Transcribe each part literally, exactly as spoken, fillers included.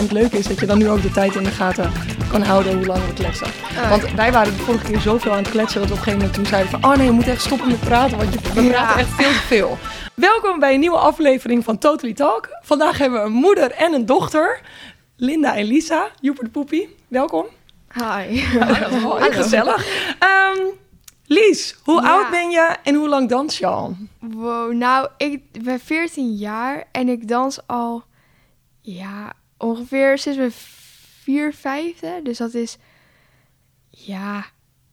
En het leuke is dat je dan nu ook de tijd in de gaten kan houden hoe lang we kletsen. Oh. Want wij waren de vorige keer zoveel aan het kletsen dat we op een gegeven moment toen zeiden van... oh nee, je moet echt stoppen met praten, want je, we Ja. praten echt veel te veel. Welkom bij een nieuwe aflevering van Totally Talk. Vandaag hebben we een moeder en een dochter. Linda en Lisa, Joeper de Poepie. Welkom. Hi. Hoi, gezellig. Um, Lies, hoe Ja. oud ben je en hoe lang dans je al? Wow, nou, ik ben veertien jaar en ik dans al, ja, ongeveer sinds mijn vier, vijfde. Dus dat is, ja,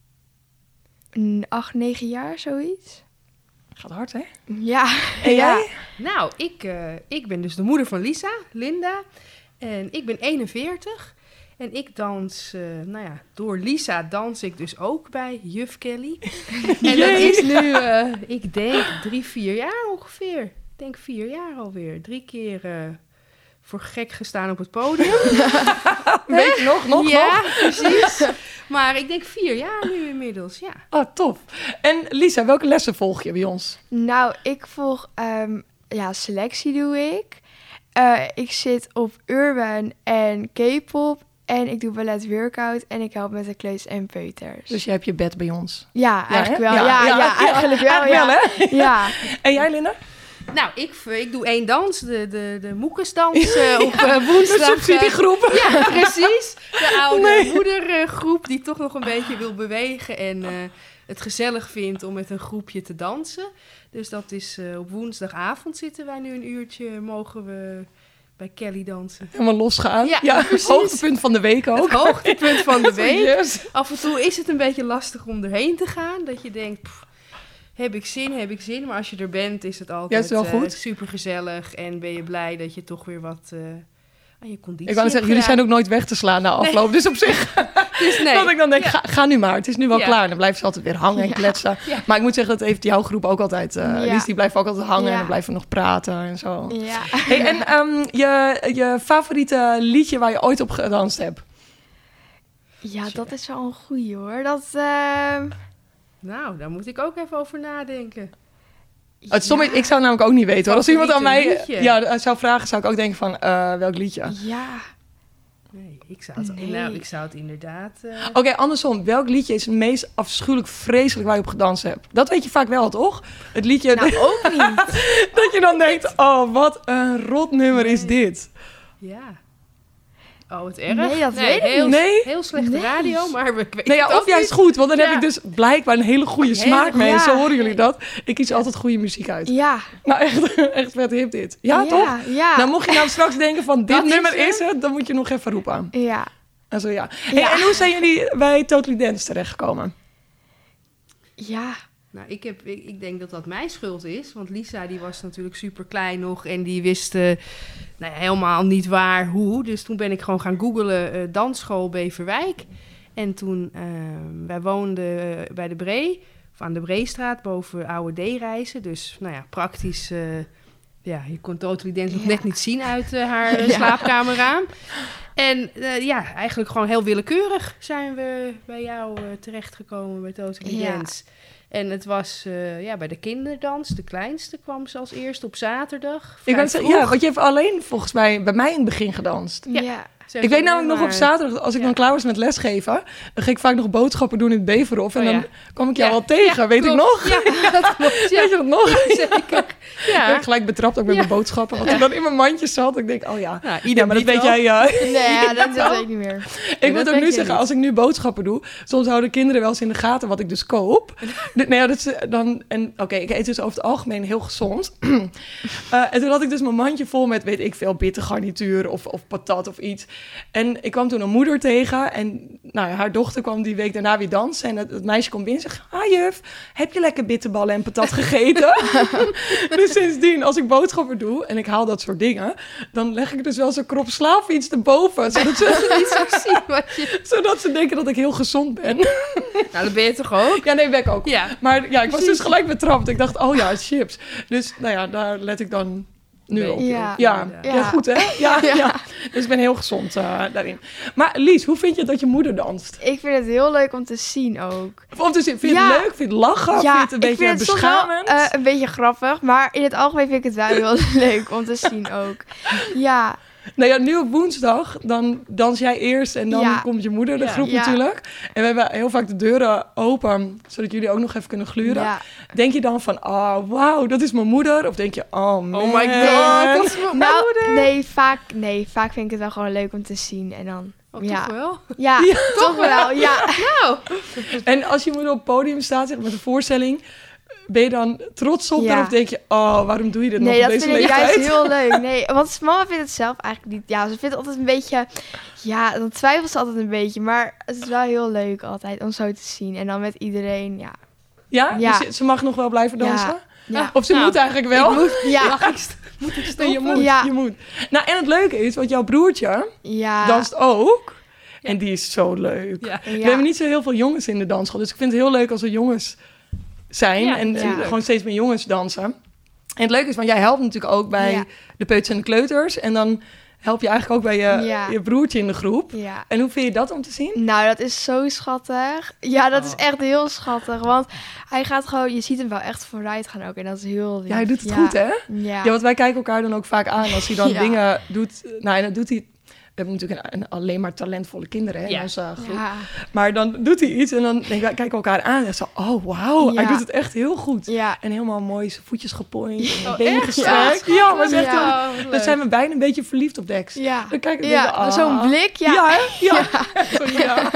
een acht, negen jaar, zoiets. Gaat hard, hè? Ja. En ja. jij? Nou, ik, uh, ik ben dus de moeder van Lisa, Linda. En ik ben eenenveertig. En ik dans, uh, nou ja, door Lisa dans ik dus ook bij juf Kelly. En dat is nu, uh, ik denk, drie, vier jaar ongeveer. Ik denk vier jaar alweer. Drie keer uh, voor gek gestaan op het podium. Weet je nog, nog, ja, nog? precies. Maar ik denk vier jaar nu inmiddels, ja. Oh, tof. En Lisa, welke lessen volg je bij ons? Nou, ik volg, um, ja, selectie doe ik. Uh, ik zit op urban en K-pop. En ik doe ballet workout en ik help met de kleus en peuters. Dus je hebt je bed bij ons. Ja, Ja, eigenlijk hè? wel. Ja, ja, ja, eigenlijk wel. Eigenlijk wel, ja. hè? Ja. En jij, Linda? Nou, ik, ik doe één dans, de, de, de moekensdans uh, op uh, woensdag. De subsidiegroep. Uh, ja, precies. De oude Nee. moedergroep die toch nog een beetje wil bewegen en uh, het gezellig vindt om met een groepje te dansen. Dus dat is uh, op woensdagavond zitten wij nu een uurtje, mogen we bij Kelly dansen. Helemaal losgaan. Ja, Ja, precies. Hoogtepunt van de week ook. Het hoogtepunt van de week. Yes. Af en toe is het een beetje lastig om erheen te gaan. Dat je denkt, pff, heb ik zin, heb ik zin. Maar als je er bent, is het altijd Ja, is wel goed. super gezellig. En ben je blij dat je toch weer wat uh, aan je conditie Ik wou net zeggen, jullie hebt zijn ook nooit weg te slaan na afloop. Nee. Dus op zich, Dus nee. dat ik dan denk, Ja. ga, ga nu maar. Het is nu wel Ja. klaar. Dan blijven ze altijd weer hangen en Ja. kletsen. Ja. Maar ik moet zeggen, dat heeft jouw groep ook altijd... Uh, Ja. Lies, die blijft ook altijd hangen Ja. en dan blijven we nog praten en zo. Ja. Hey, en um, je, je favoriete liedje waar je ooit op gedanst hebt? Ja, dat is wel een goeie hoor. Dat, uh... Nou, daar moet ik ook even over nadenken. Het stomme is, ja. ik zou namelijk ook niet weten hoor. Als iemand aan mij Favoriete ja, zou vragen, zou ik ook denken van uh, welk liedje. Ja. Nee, ik zou het, Nee. nou, ik zou het inderdaad... Uh... Oké, okay, andersom. Welk liedje is het meest afschuwelijk vreselijk waar je op gedanst hebt? Dat weet je vaak wel, toch? Het liedje Nou, ook niet. dat je dan denkt, oh, wat een rot nummer is dit. Ja. Oh, wat erg. Nee, dat weet ik heel, niet. Nee? Heel slechte Nee. radio, maar ik weet Nee, ja, het of ook juist niet. goed, want dan Ja. heb ik dus blijkbaar een hele goede Hele smaak mee. goede- Zo ja. horen jullie dat. Ik kies altijd goede muziek uit. Ja. Nou, echt, echt vet hip dit. Ja, toch? Ja. Nou, mocht je nou straks denken van dit Dat is nummer het. is het, dan moet je nog even roepen. Ja. En zo ja. Hey, Ja. en hoe zijn jullie bij Totally Dance terechtgekomen? Ja. Nou, ik, heb, ik, ik denk dat dat mijn schuld is. Want Lisa die was natuurlijk super klein nog. En die wist uh, nou ja, helemaal niet waar, hoe. Dus toen ben ik gewoon gaan googlen uh, dansschool Beverwijk. En toen, uh, wij woonden uh, bij de Bree. Of aan de Breestraat boven oude D-reizen. Dus nou ja, praktisch... Uh, ja, je kon Totally Dance nog Ja. net niet zien uit uh, haar uh, Ja. slaapkamerraam. En uh, ja, eigenlijk gewoon heel willekeurig zijn we bij jou uh, terechtgekomen bij Totally Ja. Dance. En het was uh, ja, bij de kinderdans. De kleinste kwam ze als eerste op zaterdag. Ik vrij wou zeggen, vroeg. ja, want je hebt alleen volgens mij bij mij in het begin gedanst. Ja. Ja. Ze Ik weet hebben namelijk nog op maar- zaterdag, als ik Ja. dan klaar was met lesgeven, dan ging ik vaak nog boodschappen doen in het Beverhof. En Oh, dan ja. kwam ik jou Ja. wel tegen, Ja, weet ik klopt. nog? Ja, dat klopt. Ja, Weet je dat nog? zeker. Ik Ja. werd gelijk betrapt ook met Ja. mijn boodschappen. Wat er dan in mijn mandje zat. Ik denk, oh ja. Nou, Ja, maar dat weet jij. Ja. Nee, ja, dat wel. weet ik niet meer. Ik dat moet ook weet nu jij zeggen, niet. als ik nu boodschappen doe, soms houden kinderen wel eens in de gaten wat ik dus koop. De- nou ja, dat is dan, en oké, ik eet dus over het algemeen heel gezond. uh, en toen had ik dus mijn mandje vol met, weet ik veel, bittergarnituur of, of patat of iets. En ik kwam toen een moeder tegen en nou, ja, haar dochter kwam die week daarna weer dansen. En het, het meisje komt binnen en zegt, ah juf, heb je lekker bitterballen en patat gegeten? Dus sindsdien, als ik boodschappen doe en ik haal dat soort dingen, dan leg ik dus wel zo'n krop sla of iets erboven. Zodat ze, niet zo zien wat je... zodat ze denken dat ik heel gezond ben. Nou, dat ben je toch ook? Ja, nee, ben ik ook. Ja. Maar ja, ik was Precies. dus gelijk betrapt. Ik dacht, oh ja, chips. Dus nou ja, daar let ik dan nu Weet op. je Ja. ook, Ja, inderdaad. ja. Ja. goed hè? Ja, ja. Ja. Dus ik ben heel gezond uh, daarin. Maar Lies, hoe vind je dat je moeder danst? Ik vind het heel leuk om te zien ook. Of dus, vind je Ja. het leuk? Vind je het lachen? Ja, vind je het een ik beetje vind het soms wel beschamend? uh, een beetje grappig, maar in het algemeen vind ik het wel heel leuk om te zien ook. Ja, Nou ja, nu op woensdag, dan dans jij eerst en dan Ja. komt je moeder, de Ja. groep Ja. natuurlijk. En we hebben heel vaak de deuren open, zodat jullie ook nog even kunnen gluren. Ja. Denk je dan van, oh, wauw, dat is mijn moeder? Of denk je, oh man. Oh my god, dat is mijn Nou, moeder. nee vaak, nee, vaak vind ik het wel gewoon leuk om te zien. En dan, Oh, ja. toch wel? Ja, Ja. toch wel, ja. Nou, En als je moeder op het podium staat, zeg, met een voorstelling, ben je dan trots op Ja. haar? Of denk je, oh, waarom doe je dit nog Nee, op dat deze vind ik leeftijd? juist heel leuk. Nee, want mama vindt het zelf eigenlijk niet. Ja, ze vindt het altijd een beetje. Ja, dan twijfelt ze altijd een beetje. Maar het is wel heel leuk altijd om zo te zien. En dan met iedereen, ja. Ja? Ja. Dus ze mag nog wel blijven dansen? Ja. Of ze Nou, moet eigenlijk wel? ik moet, Ja. mag ik st- moet ik Nee, stoppen? je moet, Ja. je moet. Nou, en het leuke is, want jouw broertje Ja. danst ook. En die is zo leuk. Ja. Ja. We hebben niet zo heel veel jongens in de dansschool. Dus ik vind het heel leuk als er jongens zijn. Ja, en en ja. gewoon steeds meer jongens dansen. En het leuke is, want jij helpt natuurlijk ook bij Ja. de peuters en de kleuters. En dan help je eigenlijk ook bij je, Ja. je broertje in de groep. Ja. En hoe vind je dat om te zien? Nou, dat is zo schattig. Ja, dat is Oh. echt heel schattig. Want hij gaat gewoon, je ziet hem wel echt vooruit gaan ook. En dat is heel lief. Ja, hij doet het Ja. goed, hè? Ja. Ja, want wij kijken elkaar dan ook vaak aan als hij dan Ja. dingen doet. Nou, en dan doet hij... We hebben natuurlijk een, een alleen maar talentvolle kinderen hè, in Ja. onze groep. Ja. Maar dan doet hij iets en dan denk ik, wij kijken elkaar aan en zo, oh wauw, hij Ja. doet het echt heel goed. Ja. En helemaal mooi zijn voetjes gepoint en zijn Oh, benen echt? gestrekt. Ja, Ja, maar het is echt Ja. heel- Oh, dan leuk. zijn we bijna een beetje verliefd op Dex. Ja. Dan kijk ik en Ja, denk ik, ah. zo'n blik. Ja. Ja, hè? ja. Zo, ja.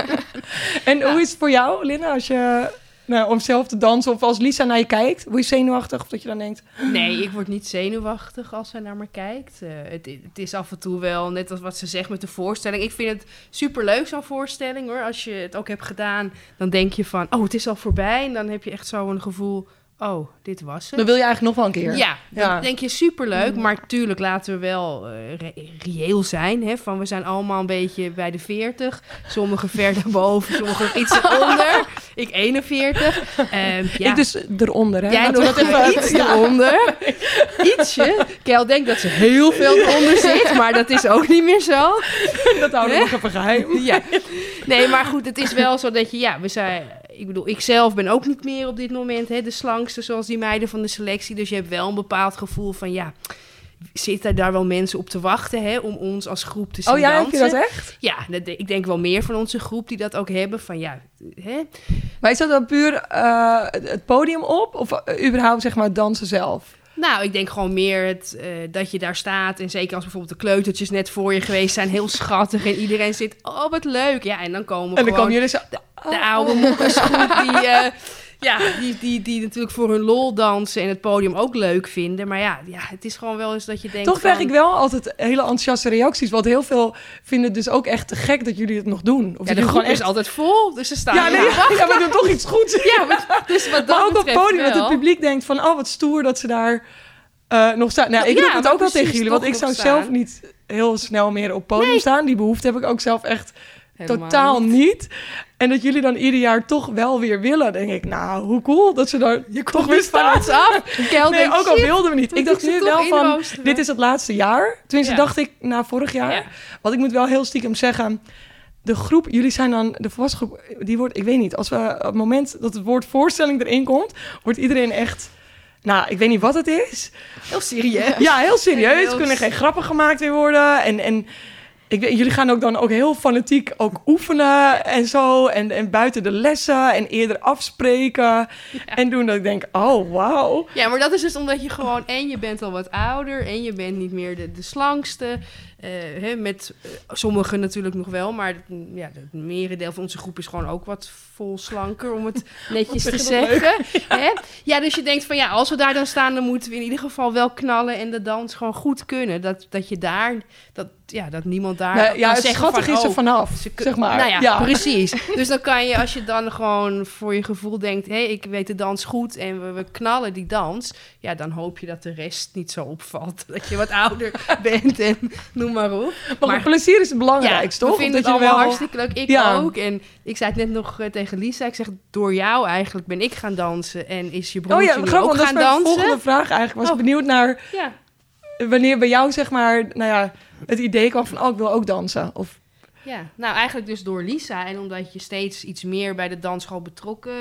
En hoe is het voor jou, Linda, als je, nou, om zelf te dansen of als Lisa naar je kijkt? Word je zenuwachtig of dat je dan denkt, Nee, ik word niet zenuwachtig als zij naar me kijkt. Eh, het, het is af en toe wel, net als wat ze zegt met de voorstelling. Ik vind het superleuk, zo'n voorstelling hoor. Als je het ook hebt gedaan, dan denk je van, oh, het is al voorbij. En dan heb je echt zo een gevoel, oh, dit was het. dan wil je eigenlijk nog wel een keer. Ja, dan Ja. denk je superleuk. Maar tuurlijk laten we wel eh, re- reëel zijn. Hè? Van, we zijn allemaal een beetje bij de veertig. Sommigen ver daarboven, sommigen iets eronder. Ik eenenveertig. Ehm, ja. Ik dus eronder, hè? Jij Laten we nog dat even- iets eronder. Ietsje. Kel denkt dat ze heel veel eronder zit, maar dat is ook niet meer zo. Dat houden we Hè? nog even geheim. Ja. Nee, maar goed, het is wel zo dat je, ja, we zijn... Ik bedoel, ik zelf ben ook niet meer op dit moment hè, de slankste zoals die meiden van de selectie. Dus je hebt wel een bepaald gevoel van, ja, zitten daar wel mensen op te wachten hè, om ons als groep te zien Oh ja, heb dansen? je dat echt? Ja, dat, ik denk wel meer van onze groep die dat ook hebben. Van ja, hè? Maar is dat dan puur eh, het het podium op? Of eh, überhaupt zeg maar het dansen zelf? Nou, ik denk gewoon meer het, eh, dat je daar staat. En zeker als bijvoorbeeld de kleutertjes net voor je geweest zijn. Heel schattig. En iedereen zit, oh wat leuk. Ja, en dan komen En dan gewoon komen jullie zo... de oude moedersgroep die, eh, ja, die, die, die natuurlijk voor hun lol dansen en het podium ook leuk vinden. Maar ja, ja het is gewoon wel eens dat je denkt Toch krijg van, ik wel altijd hele enthousiaste reacties. Want heel veel vinden het dus ook echt te gek dat jullie het nog doen. Of Ja, dat de jullie groep is echt... altijd vol. Dus ze staan Ja, nee, ja, ja, ja, we doen toch iets goeds. ja, maar, dus wat dat Maar ook op het betreft podium dat wel. het publiek denkt van... oh, wat stoer dat ze daar eh, nog staan. Nou, ik Ja, doe het maar ook wel precies, tegen jullie. Want toch ik zou nog staan. zelf niet heel snel meer op het podium Nee. staan. Die behoefte heb ik ook zelf echt Helemaal totaal niet. niet. En dat jullie dan ieder jaar toch wel weer willen. denk ik, nou, hoe cool dat ze daar toch weer Dus van staan. ons af. Kel Nee, denkt, ook al shit, wilden we niet. moet Ik dacht ik ze nu toch wel van, inroosteren? dit is het laatste jaar. Tenminste, Ja. dacht ik na vorig jaar. Ja. Want ik moet wel heel stiekem zeggen... De groep, jullie zijn dan, de volwassen groep, die wordt, ik weet niet, als we op het moment dat het woord voorstelling erin komt, wordt iedereen echt, nou, ik weet niet wat het is. Heel serieus. Ja, heel serieus. Heel Er kunnen geen grappen gemaakt weer worden. En, en ik weet, jullie gaan ook dan ook heel fanatiek ook oefenen en zo. En, en buiten de lessen en eerder afspreken. En doen dat ik denk, oh, wauw. Ja, maar dat is dus omdat je gewoon... En je bent al wat ouder. En je bent niet meer de, de slankste. Eh, hè, met eh, sommigen natuurlijk nog wel. Maar mm, ja, het merendeel van onze groep is gewoon ook wat vol slanker. Om het netjes te zeg je dat zeggen. Hè? Ja, dus je denkt van ja, als we daar dan staan... dan moeten we in ieder geval wel knallen en de dans gewoon goed kunnen. Dat, dat je daar... Dat, ja, dat niemand daar Nee, kan ja, het zeggen schattig van... is er oh, vanaf, ze kun- zeg maar. Nou ja, Ja. precies. Dus dan kan je, als je dan gewoon voor je gevoel denkt... hé, hey, ik weet de dans goed en we, we knallen die dans... ja, dan hoop je dat de rest niet zo opvalt. Dat je wat ouder bent en noem maar op. Maar, Maar- plezier is het belangrijkste, ja, toch? we vinden Dat het je allemaal wel- hartstikke leuk. Ik Ja. ook. En ik zei het net nog eh, tegen Lisa. Ik zeg, door jou eigenlijk ben ik gaan dansen... en is je Oh broertje ja, nu grappig, ook want dat is gaan mijn dansen. volgende vraag eigenlijk. Was Oh. ik benieuwd naar Ja. wanneer bij jou, zeg maar, nou ja, het idee kwam van, oh, ik wil ook dansen. Of, Ja, nou eigenlijk dus door Lisa. En omdat je steeds iets meer bij de dansschool betrokken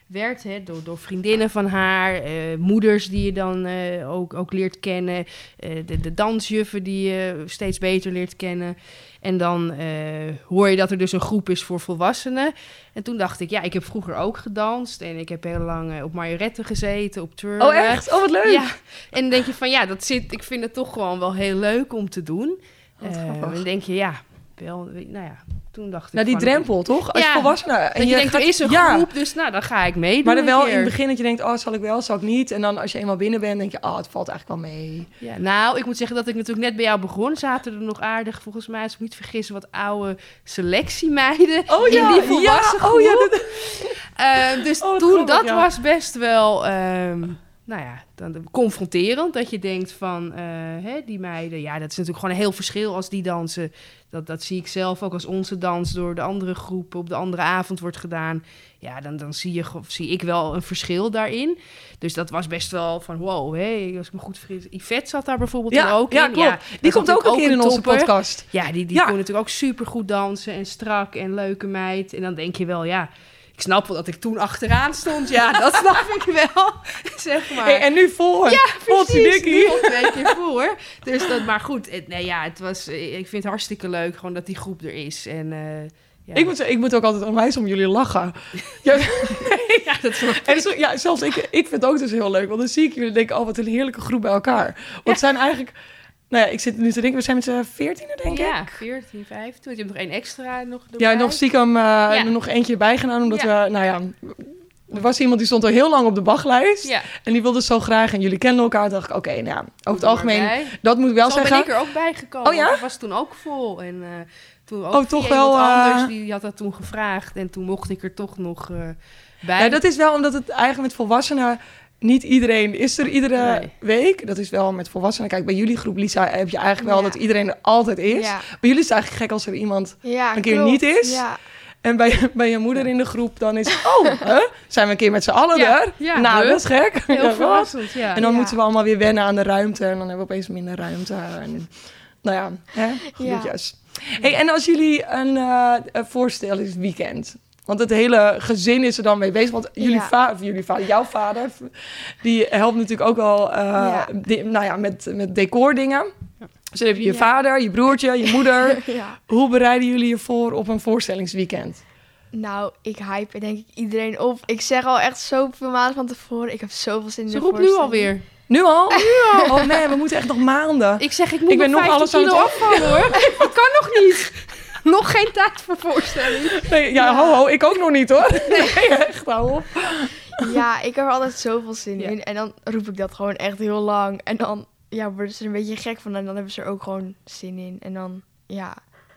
werd. Hè, door, door vriendinnen van haar, uh, moeders die je dan uh, ook, ook leert kennen. Uh, de, de dansjuffen die je steeds beter leert kennen. En dan uh, hoor je dat er dus een groep is voor volwassenen. En toen dacht ik, ja, ik heb vroeger ook gedanst. En ik heb heel lang uh, op marionetten gezeten, op turnen. Oh, echt? Oh, wat leuk. Ja. En dan denk je van, ja, dat zit, ik vind het toch gewoon wel heel leuk om te doen. Uh, en dan denk je, ja, wel, nou ja, toen dacht ik... Nou, die van, drempel, toch? Als ja, volwassene. En dat je, je denkt, gaat, er is een ja. groep, dus nou, dan ga ik meedoen. Maar dan wel een keer. in het begin dat je denkt, oh, zal ik wel, zal ik niet? En dan als je eenmaal binnen bent, denk je, oh, het valt eigenlijk wel mee. Ja, nou, ik moet zeggen dat ik natuurlijk net bij jou begon. Zaten er nog aardig, volgens mij, als ik me niet vergissen, wat oude selectiemeiden oh, ja, in die volwassen ja, groep. oh, ja, dat... uh, dus oh, toen, grappig, dat ja. was best wel... Um, nou ja, dan confronterend. Dat je denkt van, uh, hè, die meiden... Ja, dat is natuurlijk gewoon een heel verschil als die dansen. Dat, dat zie ik zelf ook als onze dans door de andere groepen op de andere avond wordt gedaan. Ja, dan, dan zie, je, zie ik wel een verschil daarin. Dus dat was best wel van, wow, hé, als ik me goed vergis... Yvette zat daar bijvoorbeeld ja, dan ook ja, in. Klopt. Ja, die komt ook een keer in onze topper. podcast. Ja, die, die ja. kon natuurlijk ook supergoed dansen en strak en leuke meid. En dan denk je wel, ja... Ik snap wel dat ik toen achteraan stond. Ja, dat snap ik wel. Zeg maar. Hey, en nu voor. Ja, precies. Nu al twee keer voor. Dus dat, maar goed. Het, nee, ja, het was, ik vind het hartstikke leuk gewoon dat die groep er is. En, uh, ja. ik, moet, ik moet ook altijd onwijs om jullie lachen. Ja, ja, dat is en zo, ja, zelfs ik, ik vind het ook dus heel leuk. Want dan zie ik jullie en denk ik, oh, wat een heerlijke groep bij elkaar. Want het zijn eigenlijk... Nou ja, ik zit nu te denken, we zijn met z'n veertienen, denk ik. Ja, veertien, vijftien. Je hebt nog één extra nog erbij. Ja, nog stiekem uh, ja. nog eentje erbij gedaan, omdat ja. we, nou ja... Er was iemand die stond al heel lang op de wachtlijst. Ja. En die wilde zo graag. En jullie kennen elkaar. Dacht ik, oké, okay, nou, over het algemeen... Dat moet ik wel Zo zeggen. ben ik er ook bij gekomen. Oh ja? Dat was toen ook vol. En uh, toen ook oh, toch wel, iemand uh... anders, die had dat toen gevraagd. En toen mocht ik er toch nog uh, bij. Ja, dat is wel omdat het eigenlijk met volwassenen... Niet iedereen is er iedere nee. week. Dat is wel met volwassenen. Kijk, bij jullie groep, Lisa, heb je eigenlijk wel ja. dat iedereen er altijd is. Ja. Bij jullie is het eigenlijk gek als er iemand ja, een keer klopt. niet is. Ja. En bij, bij je moeder in de groep, dan is oh, huh? zijn we een keer met z'n allen ja. er? Ja, nou, huh? dat is gek. Heel ja, verrassend, ja. En dan ja. moeten we allemaal weer wennen aan de ruimte. En dan hebben we opeens minder ruimte. En, nou ja, hè? Groetjes. Ja. Hey, en als jullie een, uh, een voorstellingsweekend... Want het hele gezin is er dan mee bezig. Want jullie, ja. va- of jullie vader, jouw vader, die helpt natuurlijk ook wel uh, ja. Die, nou ja, met, met decordingen. Ja. Dus dan heb je je ja. vader, je broertje, je moeder. ja. Hoe bereiden jullie je voor op een voorstellingsweekend? Nou, ik hype denk ik iedereen op. Ik zeg al echt zoveel maanden van tevoren. Ik heb zoveel zin in Ze de roept nu alweer. Nu al? Nu al? Oh nee, we moeten echt nog maanden. Ik zeg, ik moet ik nog ben nog alles kilo aan het afvallen hoor. Dat kan nog niet. Nog geen tijd voor voorstelling. Nee, ja, ja, ho, ho, ik ook nog niet hoor. Nee, echt, hou op. Ja, ik heb er altijd zoveel zin ja. in. En dan roep ik dat gewoon echt heel lang. En dan ja, worden ze er een beetje gek van. En dan hebben ze er ook gewoon zin in. En dan, ja...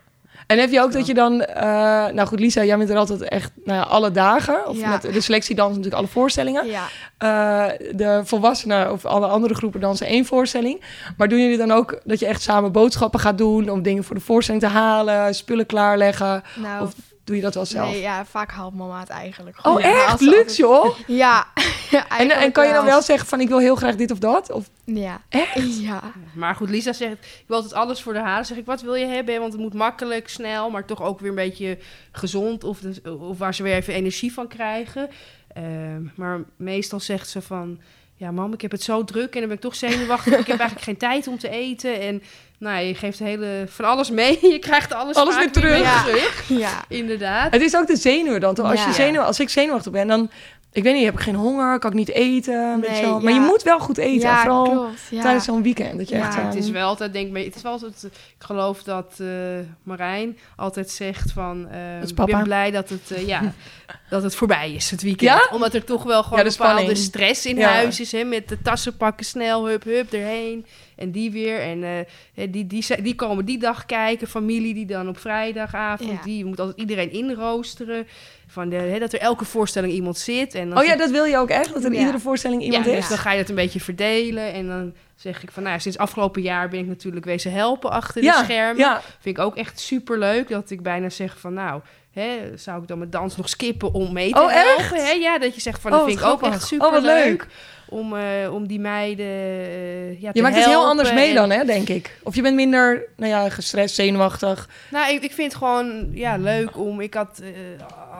En heb je ook dat je dan... Uh, nou goed, Lisa, jij bent er altijd echt nou ja, alle dagen. Of ja. met de selectie dansen natuurlijk alle voorstellingen. Ja. Uh, de volwassenen of alle andere groepen dansen één voorstelling. Maar doen jullie dan ook dat je echt samen boodschappen gaat doen... om dingen voor de voorstelling te halen, spullen klaarleggen? Nou, of doe je dat wel zelf? Nee, ja, vaak haalt mama het eigenlijk. Oh, ja, echt? Lukt, joh? Ja. en, en kan je dan wel zeggen van ik wil heel graag dit of dat? Of... Ja. Echt? Ja. Maar goed, Lisa zegt, ik wil altijd alles voor de halen. Zeg ik, wat wil je hebben? Want het moet makkelijk, snel, maar toch ook weer een beetje gezond. Of, de, of waar ze weer even energie van krijgen. Uh, maar meestal zegt ze van... Ja, mam, ik heb het zo druk en dan ben ik toch zenuwachtig. Ik heb eigenlijk geen tijd om te eten. En nou, je geeft hele, van alles mee. Je krijgt alles, alles weer terug. Ja. terug. Ja. Inderdaad. Het is ook de zenuw dan. Toch? Als, ja. je zenuw, als ik zenuwachtig ben, dan... Ik weet niet, heb ik geen honger, kan ik niet eten. Nee, zo. ja. Maar je moet wel goed eten. Ja, vooral klopt, ja. tijdens zo'n weekend. Dat je Ja, echt, Het is um... wel altijd, denk ik, het is wel altijd, ik geloof dat uh, Marijn altijd zegt van, uh, ik ben blij dat het, uh, ja, dat het voorbij is, het weekend. Ja? Omdat er toch wel gewoon ja, bepaalde spanning. stress in ja. huis is, hè, met de tassen pakken, snel, hup, hup, erheen. En die weer. En uh, die, die, die komen die dag kijken. Familie die dan op vrijdagavond. Ja. Die moet altijd iedereen inroosteren. Van de, hè, dat er elke voorstelling iemand zit. En dan oh ja, dat wil je ook echt? Dat er ja. iedere voorstelling iemand ja, is? Dus dan ga je het een beetje verdelen. En dan zeg ik van, nou ja, sinds afgelopen jaar ben ik natuurlijk wezen helpen achter ja. de schermen. Ja. Vind ik ook echt superleuk. Dat ik bijna zeg van, nou... Hè, zou ik dan mijn dans nog skippen om mee te oh, helpen? Hè? Ja, dat je zegt van, dat oh, vind ik ook echt superleuk. Oh, wat leuk. Om, uh, om die meiden uh, ja, te Je maakt helpen. het heel anders mee en... dan, hè, denk ik. Of je bent minder, nou ja, gestrest, zenuwachtig. Nou, ik, ik vind het gewoon ja, leuk om... Ik had uh,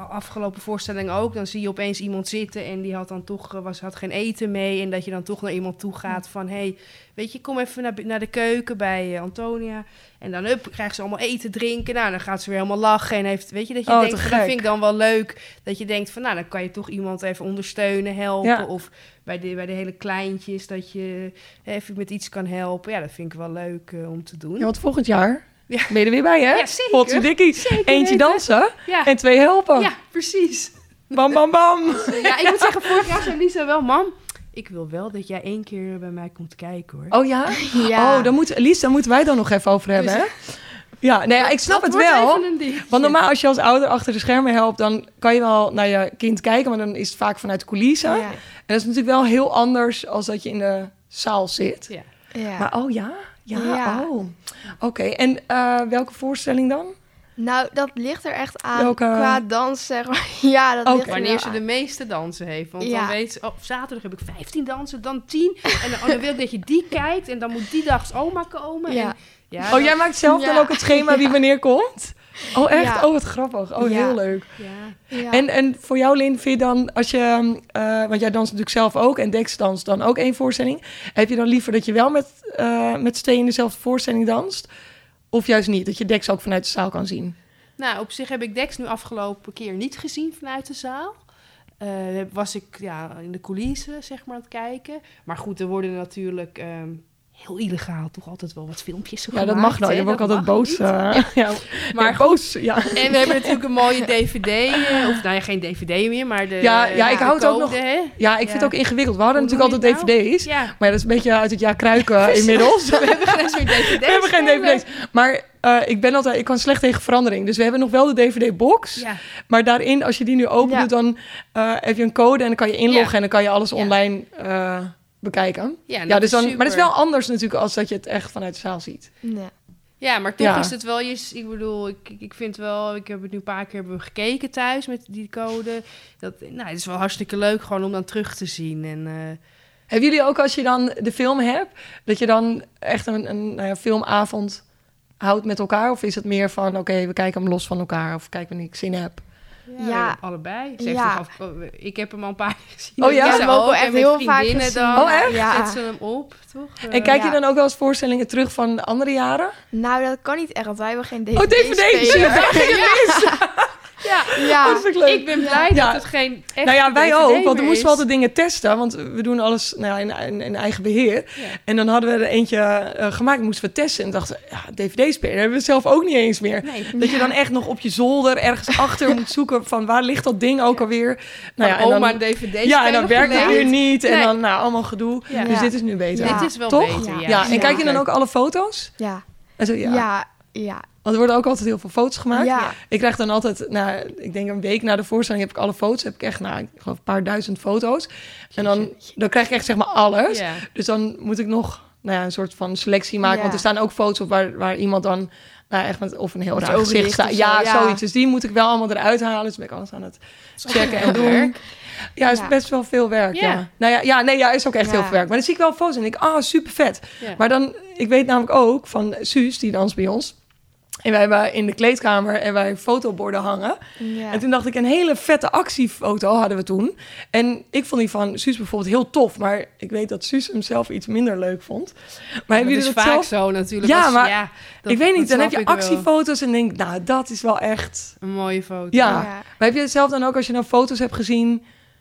afgelopen voorstelling ook. Dan zie je opeens iemand zitten en die had dan toch uh, was, had geen eten mee. En dat je dan toch naar iemand toe gaat van... hey, weet je, kom even naar, naar de keuken bij uh, Antonia. En dan up, krijgt ze allemaal eten, drinken. Nou, dan gaat ze weer helemaal lachen. En heeft, weet je, dat je Oh, denkt, te van, dat gek. vind ik dan wel leuk. Dat je denkt van, nou, dan kan je toch iemand even ondersteunen, helpen. Ja. Of bij de, bij de hele kleintjes, dat je even met iets kan helpen. Ja, dat vind ik wel leuk uh, om te doen. Ja, want volgend jaar Ja. ben je er weer bij, hè? Ja, zeker. Potzendikkie. Zeker Eentje weten. dansen Ja. en twee helpen. Ja, precies. Bam, bam, bam. Ja, ik moet zeggen, vorig jaar zei Lisa wel, mam, ik wil wel dat jij één keer bij mij komt kijken, hoor. Oh ja? Ja. Oh, dan moet, Lies, daar moeten wij dan nog even over hebben, Dus- hè? Ja, nee, ja, ik snap Dat het wordt wel. even een dingetje. Want normaal als je als ouder achter de schermen helpt... dan kan je wel naar je kind kijken... maar dan is het vaak vanuit de coulissen. Ja. En dat is natuurlijk wel heel anders... als dat je in de zaal zit. Ja. Ja. Maar oh ja? Ja, Ja. oh. Oké, en eh, welke voorstelling dan? Nou, dat ligt er echt aan Welke- qua dans, zeg maar. Ja, dat Oké. ligt er Wanneer wel ze aan. de meeste dansen heeft. Want Ja. dan weet ze, oh, op zaterdag heb ik vijftien dansen, dan tien. En dan, oh, dan wil ik dat je die kijkt. En dan moet die dag oma komen. Ja. En, ja, Oh, dat- jij maakt zelf dan Ja. ook het schema wie wanneer komt? Oh, echt? Ja. Oh, wat grappig. Oh, Ja. heel leuk. Ja. Ja. En, en voor jou, Lin, vind je dan, als je... eh, want jij danst natuurlijk zelf ook en Dex danst dan ook één voorstelling. Heb je dan liever dat je wel met, uh, met z'n tweeën in dezelfde voorstelling danst? Of juist niet, dat je Dex ook vanuit de zaal kan zien? Nou, op zich heb ik Dex nu afgelopen keer niet gezien vanuit de zaal. Uh, was ik ja, in de coulissen, zeg maar, aan het kijken. Maar goed, er worden natuurlijk... Um, heel illegaal toch altijd wel wat filmpjes Ja, gemaakt. dat mag nou. Je hè? wordt ook Dat altijd mag boos. niet. Uh, ja. Maar ja, boos, ja. En we hebben natuurlijk een mooie D V D. Uh, of nou ja, geen D V D meer, maar de Ja, ja, ik de hou het ook code, nog- hè? Ja, ik vind het Ja. ook ingewikkeld. We hadden Hoe natuurlijk doe altijd je D V het D's. Ja. Maar ja, dat is een beetje uit het jaar kruiken inmiddels. We hebben geen eens meer D V D's. We hebben geen D V D's. Maar uh, ik ben altijd, ik kan slecht tegen verandering. Dus we hebben nog wel de D V D-box. Ja. Maar daarin, als je die nu open Ja. doet, dan uh, heb je een code en dan kan je inloggen Ja. en dan kan je alles Ja. online uh, bekijken. Ja, Ja, dat dus is dan, maar dat is super. wel anders natuurlijk als dat je het echt vanuit de zaal ziet. Ja. Ja, maar toch Ja. is het wel... Je, ik bedoel, ik, ik vind wel... Ik heb het nu een paar keer hebben we gekeken thuis met die code. Dat, nou, het is wel hartstikke leuk gewoon om dan terug te zien. En, uh, Hebben jullie ook als je dan de film hebt, dat je dan echt een, een nou ja, filmavond houdt met elkaar? Of is het meer van, oké, okay, we kijken hem los van elkaar of kijken wanneer ik zin heb? ja, Ja. allebei. Ze heeft Ja. toch af- ik heb hem al een paar keer gezien. Oh ja? Ik Ik ze heb hem ook wel en echt met heel vaak vriendinnen gezien. dan. Oh, echt? Ja. Zet ze hem op, toch? En kijk je ja. dan ook wel eens voorstellingen terug van andere jaren? Nou, dat kan niet echt, want wij hebben geen D V D. Oh, D V D's! spelen. Daar ging het mis. Ja, Ja. Oh, dat vind ik leuk. ik ben blij Ja. dat het geen echt Nou ja, wij ook, want dan dan moesten we altijd dingen testen. Want we doen alles nou ja, in, in, in eigen beheer. Ja. En dan hadden we er eentje uh, gemaakt, moesten we testen. En dachten we, ja, D V D-speler hebben we zelf ook niet eens meer. Nee. Dat je dan echt nog op je zolder ergens achter moet zoeken van waar ligt dat ding ook alweer. Nou ja, Van oma en een dan, D V D ja, en dan werkt het weer niet. En Nee. dan nou, allemaal gedoe. Ja. Dus Ja. dit is nu beter. Ja. Dit is wel Toch? beter, ja. Ja, en Ja. kijk je dan ook alle foto's? Ja. En zo, ja. Ja. Ja. Want er worden ook altijd heel veel foto's gemaakt. Ja. Ik krijg dan altijd, nou, ik denk een week na de voorstelling heb ik alle foto's. Heb ik echt, nou, ik geloof een paar duizend foto's. En dan, dan krijg ik echt zeg maar alles. Ja. Dus dan moet ik nog nou ja, een soort van selectie maken. Ja. Want er staan ook foto's op waar, waar iemand dan nou, echt met of een heel Met raar je gezicht ogen staat. dicht of Ja, zo, ja. zoiets. Dus die moet ik wel allemaal eruit halen. Dus ben ik alles aan het checken en doen. werk. Ja, is Ja. best wel veel werk. Ja. Ja. Nou ja, ja, nee, ja, is ook echt Ja. heel veel werk. Maar dan zie ik wel foto's en denk ik, ah, super vet. Ja. Maar dan, ik weet namelijk ook van Suus, die danst bij ons. En wij hebben in de kleedkamer en wij fotoborden hangen. Ja. En toen dacht ik, een hele vette actiefoto hadden we toen. En ik vond die van Suus bijvoorbeeld heel tof. Maar ik weet dat Suus hem zelf iets minder leuk vond. Maar hebben dat jullie is dat vaak zelf? zo natuurlijk. Ja, Als- maar ja, dat- ik weet niet, dat dan heb snap je ik wel. actiefoto's en denk, nou, dat is wel echt... Een mooie foto. Ja. Ja. Maar heb je het zelf dan ook als je dan foto's hebt gezien...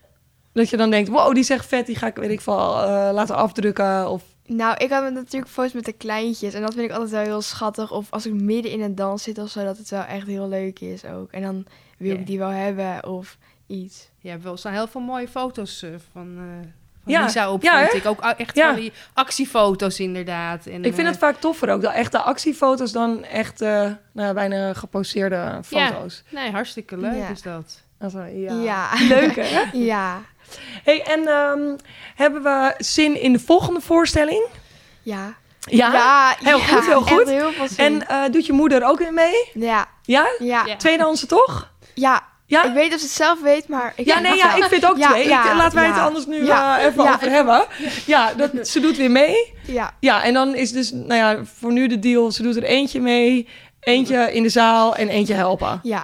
dat je dan denkt, wow, die is echt vet, die ga ik, weet ik veel, uh, laten afdrukken of... Nou, ik had natuurlijk foto's met de kleintjes. En dat vind ik altijd wel heel schattig. Of als ik midden in een dans zit of zo, dat het wel echt heel leuk is ook. En dan wil Ja. ik die wel hebben of iets. Ja, wel, er staan heel veel mooie foto's uh, van, uh, van Ja. Lisa op, Ja, vind hè? ik. Ook a- echt Ja. van die actiefoto's inderdaad. En, Ik vind uh, het vaak toffer ook, dat echt de actiefoto's dan echt uh, nou, bijna geposeerde foto's. Nee, hartstikke leuk Ja. is dat. Also, ja. Ja. Leuk, hè? Ja. Hey, en um, hebben we zin in de volgende voorstelling? Ja. Ja? Ja, Heel ja, goed, heel echt goed. heel veel zin. En uh, doet je moeder ook weer mee? ja. Ja? Ja. Ja. Tweedehandse toch? Ja. Ja? Ik weet of ze het zelf weet, maar... Ik Ja, vind nee, het ja, wel. ik vind ook Ja, twee. ja, ik, laten wij het ja. anders nu Ja. uh, even Ja. over hebben. Ja, dat, ze doet weer mee. Ja. Ja, en dan is dus, nou ja, voor nu de deal, ze doet er eentje mee, eentje in de zaal en eentje helpen. Ja.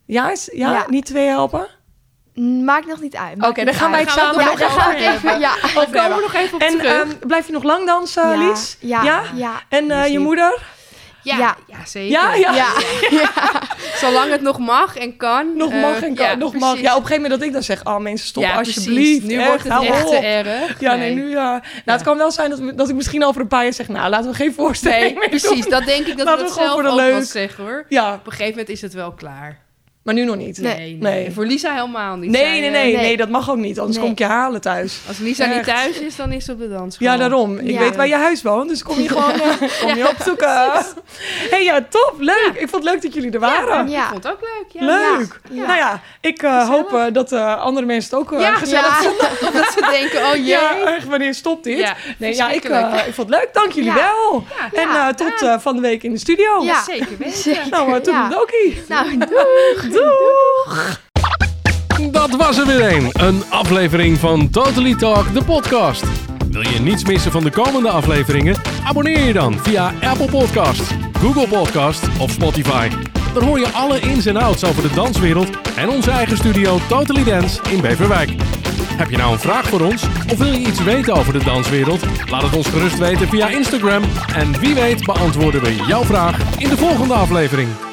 Ja, is, ja? Ja. Niet twee helpen? Maakt nog niet uit. Oké, okay, dan gaan wij het samen Ja, nog dan over gaan we het hebben. even. Ja. Daar komen we nog even op En terug. um, blijf je nog lang dansen, Ja. Lies? Ja. Ja? Ja. En uh, Dus je niet- moeder? ja, ja. ja, zeker. Ja, ja. Ja. Ja. Zolang het nog mag en kan. Nog eh, mag en kan, ja, nog precies. mag. Ja, op een gegeven moment dat ik dan zeg, oh mensen, stop Ja, alsjeblieft. precies. Nu echt, wordt het hou echt op. te erg. Ja, nee, nu ja. Nou, het kan wel zijn dat, we, dat ik misschien over een paar jaar zeg, nou, laten we geen voorstelling Nee, meer precies. doen. Dat denk ik dat Laten we we dat gewoon zelf voor de ook leuk. wel zeggen, hoor. Ja, Op een gegeven moment is het wel klaar. maar nu nog niet. Nee, Nee, nee. nee. Voor Lisa helemaal niet. Nee, Zij, nee, eh, nee, nee, Nee. dat mag ook niet. Anders Nee. kom ik je halen thuis. Als Lisa niet Echt. thuis is, dan is ze op de dansschool. Ja, daarom. Ik Ja. weet waar je huis woont, dus kom je gewoon uh, kom je opzoeken. Hé, hey, ja, top. Leuk. Ik vond het leuk dat jullie er waren. Ja. Ik vond het ook leuk. Ja. Leuk. Ja. Nou ja, ik uh, hoop uh, dat uh, andere mensen het ook uh, Ja. gezellig Ja. vonden. Dat ze denken, oh jee. Ja, echt, wanneer stopt dit? Ja, nee, ja, ik, verschrikkelijk. uh, ik vond het leuk. Dank jullie Ja. wel. Ja. En Ja. uh, tot uh, van de week in de studio. Ja. Zeker weten. Zeker. Nou, uh, tot Ja. de dokie. Nou, doeg. Doeg. Dat was er weer een. Een aflevering van Totally Talk, de podcast. Wil je niets missen van de komende afleveringen? Abonneer je dan via Apple Podcasts, Google Podcasts of Spotify. Dan hoor je alle ins en outs over de danswereld en onze eigen studio Totally Dance in Beverwijk. Heb je nou een vraag voor ons of wil je iets weten over de danswereld? Laat het ons gerust weten via Instagram. En wie weet beantwoorden we jouw vraag in de volgende aflevering.